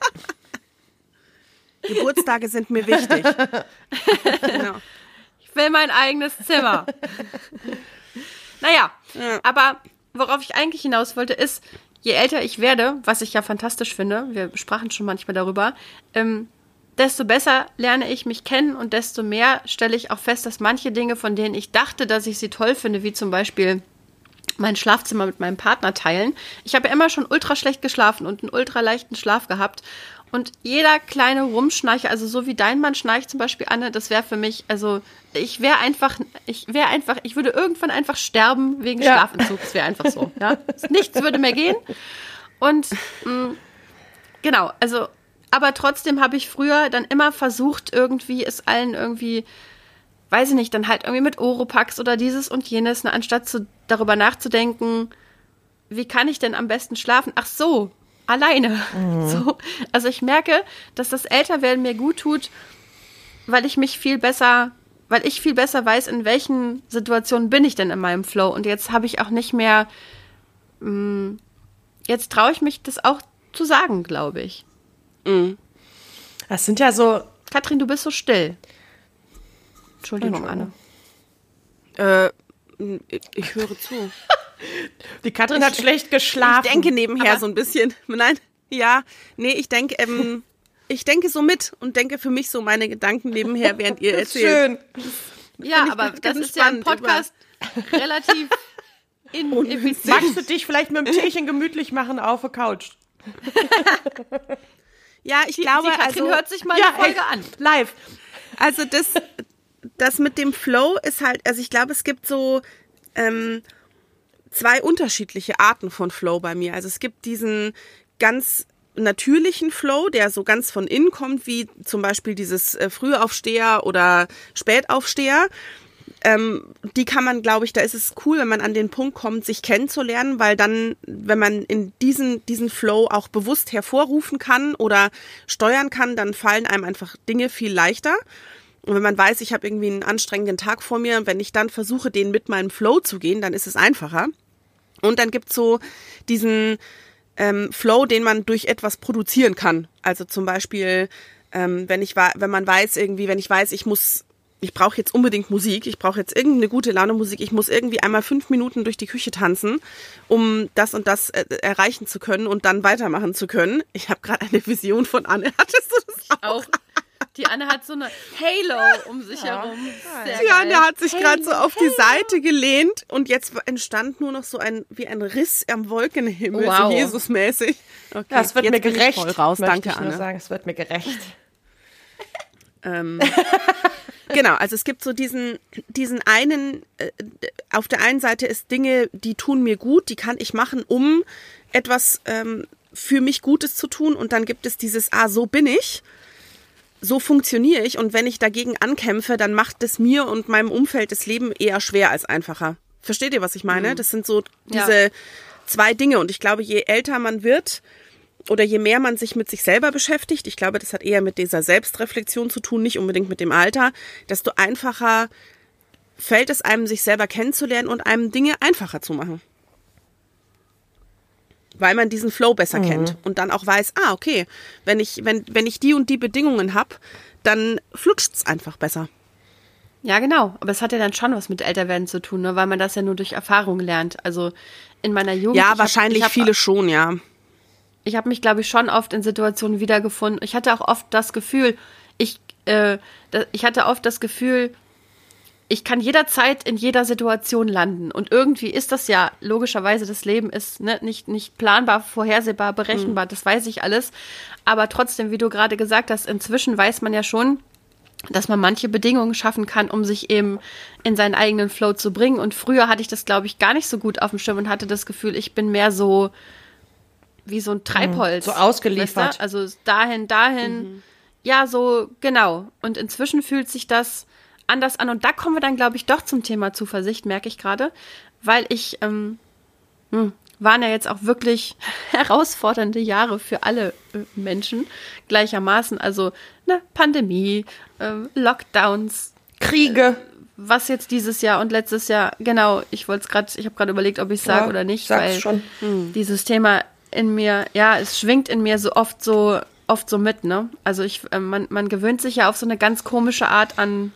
Geburtstage sind mir wichtig. Genau. Ich will mein eigenes Zimmer. Naja, Ja. aber worauf ich eigentlich hinaus wollte, ist, je älter ich werde, was ich ja fantastisch finde, wir sprachen schon manchmal darüber, ähm, desto besser lerne ich mich kennen und desto mehr stelle ich auch fest, dass manche Dinge, von denen ich dachte, dass ich sie toll finde, wie zum Beispiel mein Schlafzimmer mit meinem Partner teilen. Ich habe ja immer schon ultra schlecht geschlafen und einen ultra leichten Schlaf gehabt. Und jeder kleine Rumschnarcher, also so wie dein Mann schnarcht zum Beispiel, Anne, das wäre für mich, also ich wäre einfach, ich wäre einfach, ich würde irgendwann einfach sterben wegen Ja. Schlafentzug. Das wäre einfach so. Ja? Nichts würde mehr gehen. Und mh, genau, also, aber trotzdem habe ich früher dann immer versucht, irgendwie es allen irgendwie, weiß ich nicht, dann halt irgendwie mit Oropax oder dieses und jenes, ne, anstatt zu, darüber nachzudenken, wie kann ich denn am besten schlafen? Ach so, alleine. Mhm. So. Also ich merke, dass das Älterwerden mir gut tut, weil ich mich viel besser, weil ich viel besser weiß, in welchen Situationen bin ich denn in meinem Flow. Und jetzt habe ich auch nicht mehr, mh, jetzt traue ich mich, das auch zu sagen, glaube ich. Mhm. Das sind ja so. Katrin, du bist so still. Entschuldigung, Anne. Äh, ich höre zu. Die Katrin hat schlecht geschlafen. Ich denke nebenher Aber- so ein bisschen. Nein, ja, nee, ich denke, ähm, ich denke so mit und denke für mich so meine Gedanken nebenher, während ihr Das ist erzählt. Ja, Finde ich aber ganz das ist ja ein spannend, Podcast relativ ineffizient. Magst du dich vielleicht mit dem Teechen gemütlich machen auf der Couch? Ja, ich glaube, Die Katrin also, hört sich mal Ja, eine Folge ey, an. live. also das, das mit dem Flow ist halt, also ich glaube, es gibt so ähm, zwei unterschiedliche Arten von Flow bei mir. Also es gibt diesen ganz natürlichen Flow, der so ganz von innen kommt, wie zum Beispiel dieses äh, Frühaufsteher oder Spätaufsteher. Ähm, die kann man, glaube ich, da ist es cool, wenn man an den Punkt kommt, sich kennenzulernen, weil dann, wenn man in diesen, diesen Flow auch bewusst hervorrufen kann oder steuern kann, dann fallen einem einfach Dinge viel leichter. Und wenn man weiß, ich habe irgendwie einen anstrengenden Tag vor mir, wenn ich dann versuche, den mit meinem Flow zu gehen, dann ist es einfacher. Und dann gibt's so diesen ähm, Flow, den man durch etwas produzieren kann. Also zum Beispiel, ähm, wenn ich wenn man weiß irgendwie, wenn ich weiß, ich muss, ich brauche jetzt unbedingt Musik, ich brauche jetzt irgendeine gute Laune Musik, ich muss irgendwie einmal fünf Minuten durch die Küche tanzen, um das und das äh, erreichen zu können und dann weitermachen zu können. Ich habe gerade eine Vision von Anne. Hattest du das auch? Auch. Die Anne hat so eine Halo um sich Ja. herum. Sehr die Anne hat sich gerade so auf die Seite gelehnt und jetzt entstand nur noch so ein wie ein Riss am Wolkenhimmel, Wow. so Jesusmäßig. Okay, Ja, es wird jetzt mir bin ich gerecht. voll raus. möchte Danke, ich nur Anne. sagen, es wird mir gerecht. Ähm, genau, also es gibt so diesen, diesen einen, äh, auf der einen Seite ist Dinge, die tun mir gut, die kann ich machen, um etwas ähm, für mich Gutes zu tun und dann gibt es dieses, ah, so bin ich, so funktioniere ich und wenn ich dagegen ankämpfe, dann macht es mir und meinem Umfeld das Leben eher schwer als einfacher. Versteht ihr, was ich meine? Das sind so diese Ja. zwei Dinge und ich glaube, je älter man wird, oder je mehr man sich mit sich selber beschäftigt, ich glaube, das hat eher mit dieser Selbstreflexion zu tun, nicht unbedingt mit dem Alter, desto einfacher fällt es einem, sich selber kennenzulernen und einem Dinge einfacher zu machen. Weil man diesen Flow besser Mhm. kennt und dann auch weiß, ah, okay, wenn ich, wenn, wenn ich die und die Bedingungen habe, dann flutscht es einfach besser. Ja, genau. Aber es hat ja dann schon was mit Älterwerden zu tun, ne? Weil man das ja nur durch Erfahrung lernt. Also in meiner Jugend. Ja, ich hab- wahrscheinlich ich hab, viele schon, ja. Ich habe mich, glaube ich, schon oft in Situationen wiedergefunden. Ich hatte auch oft das Gefühl, ich, äh, da, ich hatte oft das Gefühl, ich kann jederzeit in jeder Situation landen. Und irgendwie ist das ja, logischerweise, das Leben ist ne, nicht, nicht planbar, vorhersehbar, berechenbar, das weiß ich alles. Aber trotzdem, wie du gerade gesagt hast, inzwischen weiß man ja schon, dass man manche Bedingungen schaffen kann, um sich eben in seinen eigenen Flow zu bringen. Und früher hatte ich das, glaube ich, gar nicht so gut auf dem Schirm und hatte das Gefühl, ich bin mehr so wie so ein Treibholz. So ausgeliefert. Weißt du? Also dahin, dahin. Mhm. Ja, so, genau. Und inzwischen fühlt sich das anders an. Und da kommen wir dann, glaube ich, doch zum Thema Zuversicht, merke ich gerade. Weil ich, ähm, hm, waren ja jetzt auch wirklich herausfordernde Jahre für alle äh, Menschen gleichermaßen. Also ne, Pandemie, äh, Lockdowns, Kriege. was jetzt dieses Jahr und letztes Jahr, genau, ich wollte es gerade, ich habe gerade überlegt, ob ich es sage Ja, oder nicht, sag's weil schon. dieses Thema in mir, ja, es schwingt in mir so oft so, oft so mit, ne? Also ich, äh, man, man gewöhnt sich ja auf so eine ganz komische Art an,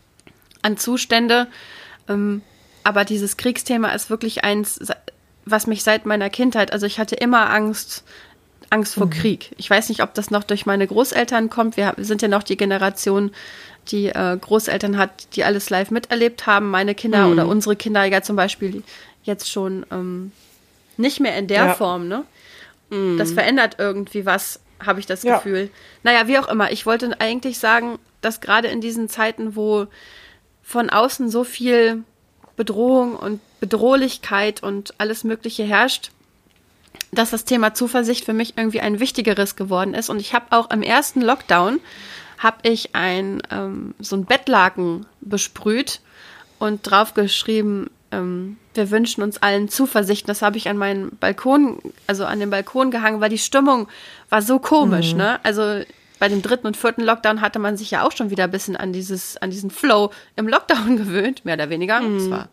an Zustände, ähm, aber dieses Kriegsthema ist wirklich eins, was mich seit meiner Kindheit, also ich hatte immer Angst, Angst vor Krieg. Ich weiß nicht, ob das noch durch meine Großeltern kommt. Wir sind ja noch die Generation, die äh, Großeltern hat, die alles live miterlebt haben. Meine Kinder Mhm. oder unsere Kinder ja zum Beispiel jetzt schon ähm, nicht mehr in der Ja. Form, ne? Das verändert irgendwie was, habe ich das Ja. Gefühl. Naja, wie auch immer. Ich wollte eigentlich sagen, dass gerade in diesen Zeiten, wo von außen so viel Bedrohung und Bedrohlichkeit und alles Mögliche herrscht, dass das Thema Zuversicht für mich irgendwie ein wichtigeres geworden ist. Und ich habe auch im ersten Lockdown habe ich ein ähm, so ein Bettlaken besprüht und draufgeschrieben, ähm, wir wünschen uns allen Zuversicht. Das habe ich an meinen Balkon, also an den Balkon gehangen, weil die Stimmung war so komisch, ne? Also bei dem dritten und vierten Lockdown hatte man sich ja auch schon wieder ein bisschen an dieses, an diesen Flow im Lockdown gewöhnt, mehr oder weniger. Das war,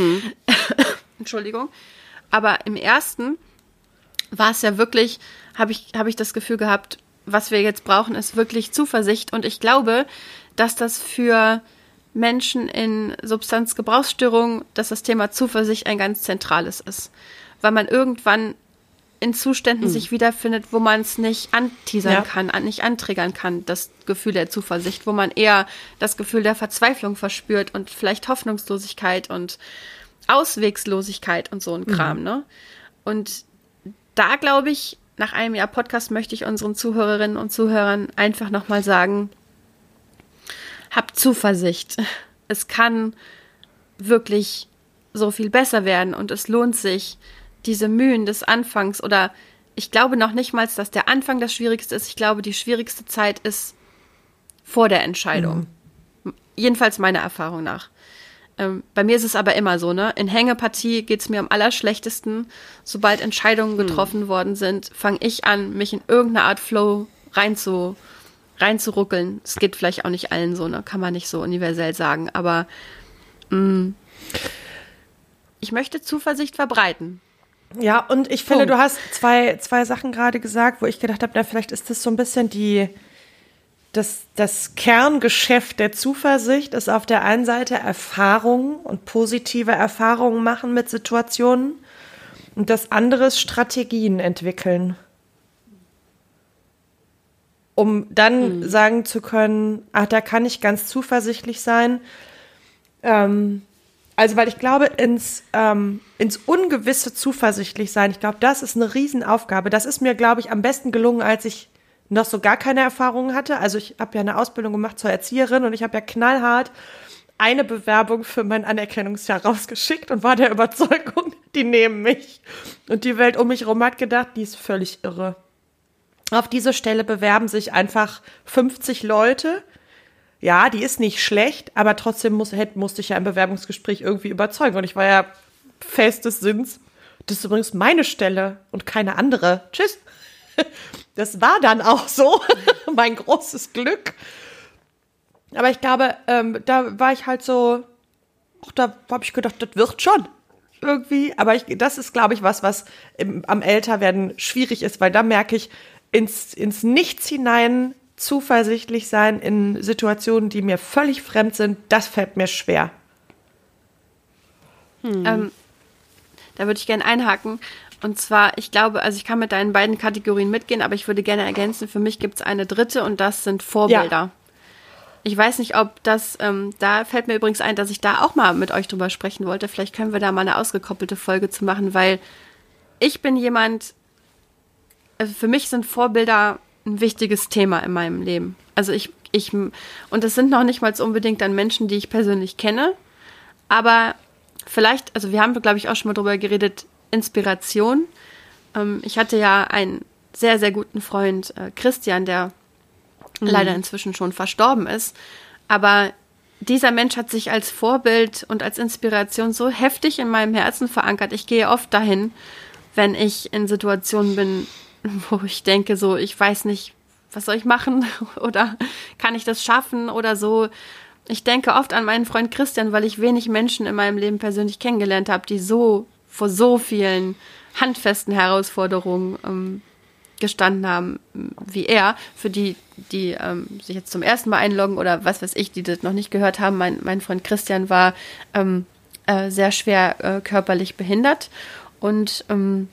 Entschuldigung. Aber im ersten war es ja wirklich, habe ich, habe ich das Gefühl gehabt, was wir jetzt brauchen, ist wirklich Zuversicht. Und ich glaube, dass das für Menschen in Substanzgebrauchsstörungen, dass das Thema Zuversicht ein ganz zentrales ist. Weil man irgendwann in Zuständen sich wiederfindet, wo man es nicht anteasern Ja. kann, an, nicht antriggern kann, das Gefühl der Zuversicht, wo man eher das Gefühl der Verzweiflung verspürt und vielleicht Hoffnungslosigkeit und Auswegslosigkeit und so ein Kram, ne? Und da glaube ich, nach einem Jahr Podcast möchte ich unseren Zuhörerinnen und Zuhörern einfach nochmal sagen, habt Zuversicht. Es kann wirklich so viel besser werden und es lohnt sich, diese Mühen des Anfangs oder ich glaube noch nicht mal, dass der Anfang das Schwierigste ist. Ich glaube, die schwierigste Zeit ist vor der Entscheidung. Mhm. Jedenfalls meiner Erfahrung nach. Ähm, bei mir ist es aber immer so, ne? In Hängepartie geht es mir am allerschlechtesten. Sobald Entscheidungen getroffen mhm. worden sind, fange ich an, mich in irgendeine Art Flow rein zu, reinzuruckeln. Es geht vielleicht auch nicht allen so, ne? Kann man nicht so universell sagen, aber mh, ich möchte Zuversicht verbreiten. Ja, und ich finde, Punkt. du hast zwei, zwei Sachen gerade gesagt, wo ich gedacht habe, na, vielleicht ist das so ein bisschen die, das, das Kerngeschäft der Zuversicht ist auf der einen Seite Erfahrungen und positive Erfahrungen machen mit Situationen und das andere ist Strategien entwickeln. Um dann mhm. sagen zu können, ach, da kann ich ganz zuversichtlich sein. Ähm, also, weil ich glaube, ins, ähm, ins Ungewisse zuversichtlich sein, ich glaube, das ist eine Riesenaufgabe. Das ist mir, glaube ich, am besten gelungen, als ich noch so gar keine Erfahrungen hatte. Also ich habe ja eine Ausbildung gemacht zur Erzieherin und ich habe ja knallhart eine Bewerbung für mein Anerkennungsjahr rausgeschickt und war der Überzeugung, die nehmen mich. Und die Welt um mich herum hat gedacht, die ist völlig irre. Auf diese Stelle bewerben sich einfach fünfzig Leute. Ja, die ist nicht schlecht, aber trotzdem muss, hätte, musste ich ja im Bewerbungsgespräch irgendwie überzeugen. Und ich war ja fest des Sinns, das ist übrigens meine Stelle und keine andere. Tschüss. Das war dann auch so, mein großes Glück. Aber ich glaube, ähm, da war ich halt so, ach, da habe ich gedacht, das wird schon irgendwie. Aber ich, das ist, glaube ich, was, was im, am Älterwerden schwierig ist, weil da merke ich, ins, ins Nichts hinein zuversichtlich sein in Situationen, die mir völlig fremd sind, das fällt mir schwer. Hm. Ähm, da würde ich gerne einhaken. Und zwar, ich glaube, also ich kann mit deinen beiden Kategorien mitgehen, aber ich würde gerne ergänzen, für mich gibt es eine dritte und das sind Vorbilder. Ja. Ich weiß nicht, ob das, ähm, da fällt mir übrigens ein, dass ich da auch mal mit euch drüber sprechen wollte. Vielleicht können wir da mal eine ausgekoppelte Folge zu machen, weil ich bin jemand, also für mich sind Vorbilder ein wichtiges Thema in meinem Leben. Also ich, ich, und das sind noch nicht mal unbedingt dann Menschen, die ich persönlich kenne, aber vielleicht, also wir haben, glaube ich, auch schon mal drüber geredet, Inspiration. Ähm, ich hatte ja einen sehr, sehr guten Freund, äh, Christian, der mhm. leider inzwischen schon verstorben ist, aber dieser Mensch hat sich als Vorbild und als Inspiration so heftig in meinem Herzen verankert. Ich gehe oft dahin, wenn ich in Situationen bin, wo ich denke, so, ich weiß nicht, was soll ich machen oder kann ich das schaffen oder so. Ich denke oft an meinen Freund Christian, weil ich wenig Menschen in meinem Leben persönlich kennengelernt habe, die so vor so vielen handfesten Herausforderungen ähm, gestanden haben wie er. Für die, die ähm, sich jetzt zum ersten Mal einloggen oder was weiß ich, die das noch nicht gehört haben, mein, mein Freund Christian war ähm, äh, sehr schwer äh, körperlich behindert und ähm,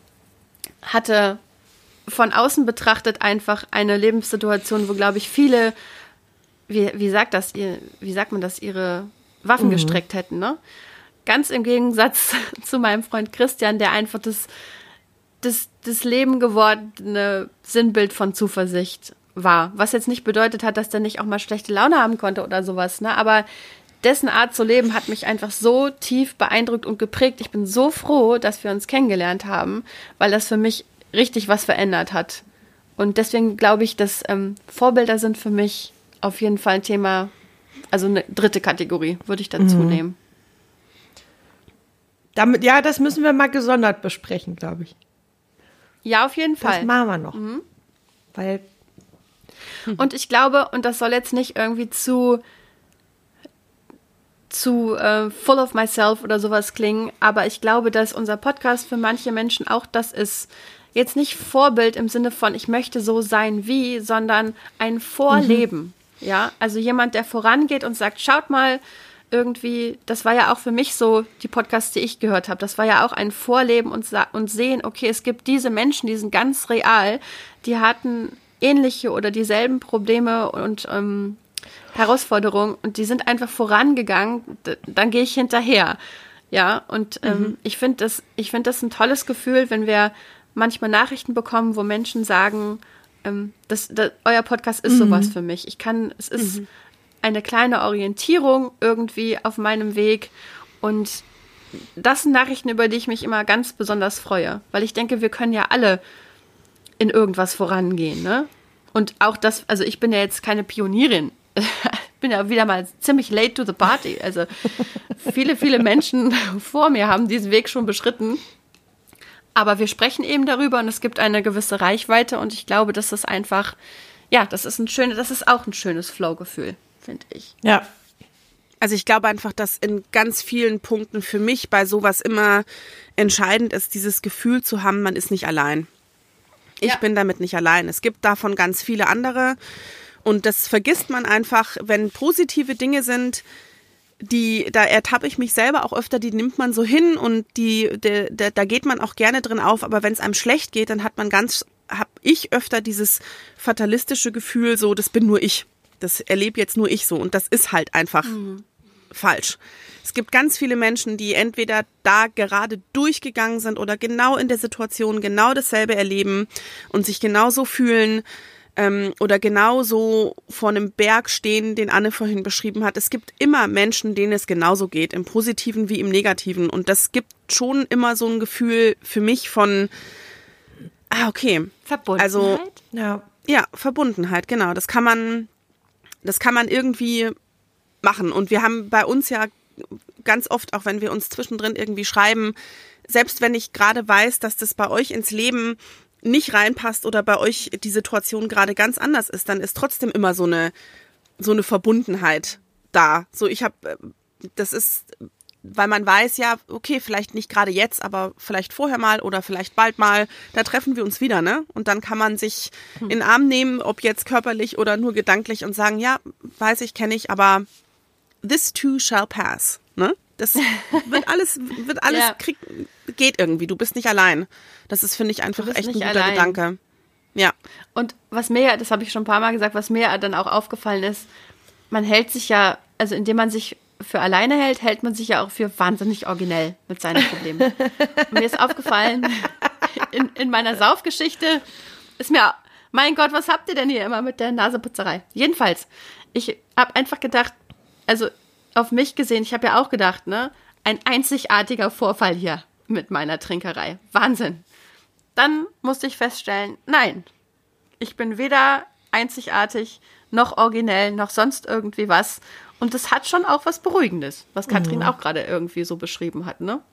hatte von außen betrachtet einfach eine Lebenssituation, wo, glaube ich, viele, wie, wie sagt das, ihr, wie sagt man das, ihre Waffen mhm. gestreckt hätten, ne? Ganz im Gegensatz zu meinem Freund Christian, der einfach das, das, das Leben gewordene Sinnbild von Zuversicht war. Was jetzt nicht bedeutet hat, dass der nicht auch mal schlechte Laune haben konnte oder sowas, ne? Aber dessen Art zu leben hat mich einfach so tief beeindruckt und geprägt. Ich bin so froh, dass wir uns kennengelernt haben, weil das für mich richtig was verändert hat. Und deswegen glaube ich, dass ähm, Vorbilder sind für mich auf jeden Fall ein Thema, also eine dritte Kategorie würde ich dazu mhm. nehmen. Damit, ja, das müssen wir mal gesondert besprechen, glaube ich. Ja, auf jeden Fall. Das machen wir noch. Mhm. Weil. Hm. Und ich glaube, und das soll jetzt nicht irgendwie zu zu äh, full of myself oder sowas klingen, aber ich glaube, dass unser Podcast für manche Menschen auch das ist, jetzt nicht Vorbild im Sinne von, ich möchte so sein wie, sondern ein Vorleben. Mhm. Ja, also jemand, der vorangeht und sagt, schaut mal, irgendwie, das war ja auch für mich so, die Podcasts, die ich gehört habe, das war ja auch ein Vorleben und, und sehen, okay, es gibt diese Menschen, die sind ganz real, die hatten ähnliche oder dieselben Probleme und ähm, Herausforderungen und die sind einfach vorangegangen, d- dann gehe ich hinterher. Ja, und ähm, mhm. ich finde das, ich finde das ein tolles Gefühl, wenn wir manchmal Nachrichten bekommen, wo Menschen sagen, ähm, das, das, euer Podcast ist mhm. sowas für mich. Ich kann, es ist mhm. eine kleine Orientierung irgendwie auf meinem Weg und das sind Nachrichten, über die ich mich immer ganz besonders freue, weil ich denke, wir können ja alle in irgendwas vorangehen, ne? Und auch das, also ich bin ja jetzt keine Pionierin, ich bin ja wieder mal ziemlich late to the party, also viele, viele Menschen vor mir haben diesen Weg schon beschritten. Aber wir sprechen eben darüber und es gibt eine gewisse Reichweite und ich glaube, dass das einfach, ja, das ist ein schönes, das ist auch ein schönes Flow-Gefühl, finde ich. Ja. Also ich glaube einfach, dass in ganz vielen Punkten für mich bei sowas immer entscheidend ist, dieses Gefühl zu haben, man ist nicht allein. Ich Ja. bin damit nicht allein. Es gibt davon ganz viele andere und das vergisst man einfach, wenn positive Dinge sind, die, da ertappe ich mich selber auch öfter, die nimmt man so hin und die, de, de, da geht man auch gerne drin auf, aber wenn es einem schlecht geht, dann hat man ganz, hab ich öfter dieses fatalistische Gefühl, so, das bin nur ich. Das erlebe jetzt nur ich so und das ist halt einfach mhm. falsch. Es gibt ganz viele Menschen, die entweder da gerade durchgegangen sind oder genau in der Situation genau dasselbe erleben und sich genauso fühlen ähm, oder genauso vor einem Berg stehen, den Anne vorhin beschrieben hat. Es gibt immer Menschen, denen es genauso geht, im Positiven wie im Negativen. Und das gibt schon immer so ein Gefühl für mich von, ah, okay. Verbundenheit? Also, Ja. Ja, Verbundenheit, genau. Das kann man, das kann man irgendwie machen. Und wir haben bei uns ja ganz oft, auch wenn wir uns zwischendrin irgendwie schreiben, selbst wenn ich gerade weiß, dass das bei euch ins Leben nicht reinpasst oder bei euch die Situation gerade ganz anders ist, dann ist trotzdem immer so eine so eine Verbundenheit da. So, ich habe, das ist, weil man weiß, ja, okay, vielleicht nicht gerade jetzt, aber vielleicht vorher mal oder vielleicht bald mal, da treffen wir uns wieder, ne? Und dann kann man sich in den Arm nehmen, ob jetzt körperlich oder nur gedanklich und sagen, ja, weiß ich, kenne ich, aber this too shall pass, ne? Das wird alles, wird alles, Ja. krieg, geht irgendwie. Du bist nicht allein. Das ist, finde ich, einfach bist echt ein nicht guter allein. Gedanke. Ja. Und was mir ja, das habe ich schon ein paar Mal gesagt, was mir ja dann auch aufgefallen ist, man hält sich ja, also indem man sich für alleine hält, hält man sich ja auch für wahnsinnig originell mit seinen Problemen. Und mir ist aufgefallen, in, in meiner Saufgeschichte ist mir, mein Gott, was habt ihr denn hier immer mit der Naseputzerei? Jedenfalls, ich habe einfach gedacht, also auf mich gesehen, ich habe ja auch gedacht, ne, ein einzigartiger Vorfall hier mit meiner Trinkerei. Wahnsinn. Dann musste ich feststellen, nein, ich bin weder einzigartig, noch originell, noch sonst irgendwie was. Und das hat schon auch was Beruhigendes, was Katrin mhm. auch gerade irgendwie so beschrieben hat, ne?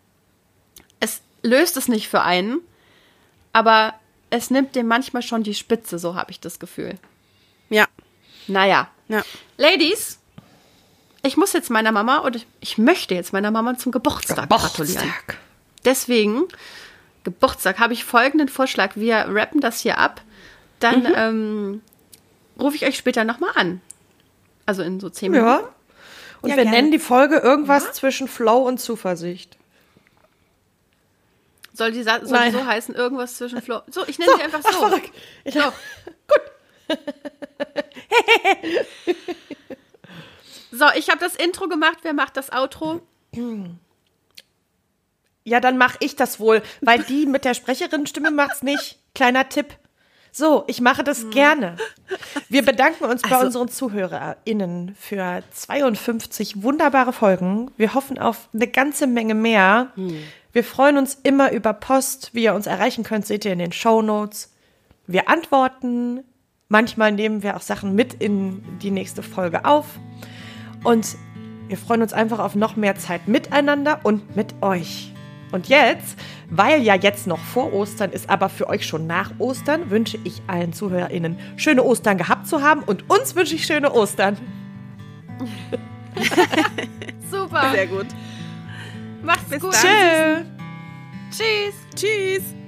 Es löst es nicht für einen, aber es nimmt dem manchmal schon die Spitze, so habe ich das Gefühl. Ja. Naja. Ja. Ladies, ich muss jetzt meiner Mama, oder ich möchte jetzt meiner Mama zum Geburtstag, Geburtstag. gratulieren. Deswegen, Geburtstag, habe ich folgenden Vorschlag. Wir rappen das hier ab. Dann mhm. ähm, rufe ich euch später nochmal an. Also in so zehn Minuten. Ja. Und Ja, wir gerne. nennen die Folge irgendwas ja? zwischen Flow und Zuversicht. Soll die, sa- soll die Nein. so heißen? Irgendwas zwischen Flow. So, ich nenne So, sie einfach ach, so. verrückt. Ich, So. Gut. So, ich habe das Intro gemacht. Wer macht das Outro? Ja, dann mache ich das wohl, weil die mit der Sprecherinnenstimme macht's nicht. Kleiner Tipp. So, ich mache das hm. gerne. Wir bedanken uns bei Also- unseren ZuhörerInnen für zweiundfünfzig wunderbare Folgen. Wir hoffen auf eine ganze Menge mehr. Hm. Wir freuen uns immer über Post. Wie ihr uns erreichen könnt, seht ihr in den Shownotes. Wir antworten. Manchmal nehmen wir auch Sachen mit in die nächste Folge auf. Und wir freuen uns einfach auf noch mehr Zeit miteinander und mit euch. Und jetzt, weil ja jetzt noch vor Ostern ist, aber für euch schon nach Ostern, wünsche ich allen ZuhörerInnen schöne Ostern gehabt zu haben und uns wünsche ich schöne Ostern. Super. Sehr gut. Macht's Bis gut. dann. Tschö. Tschüss. Tschüss.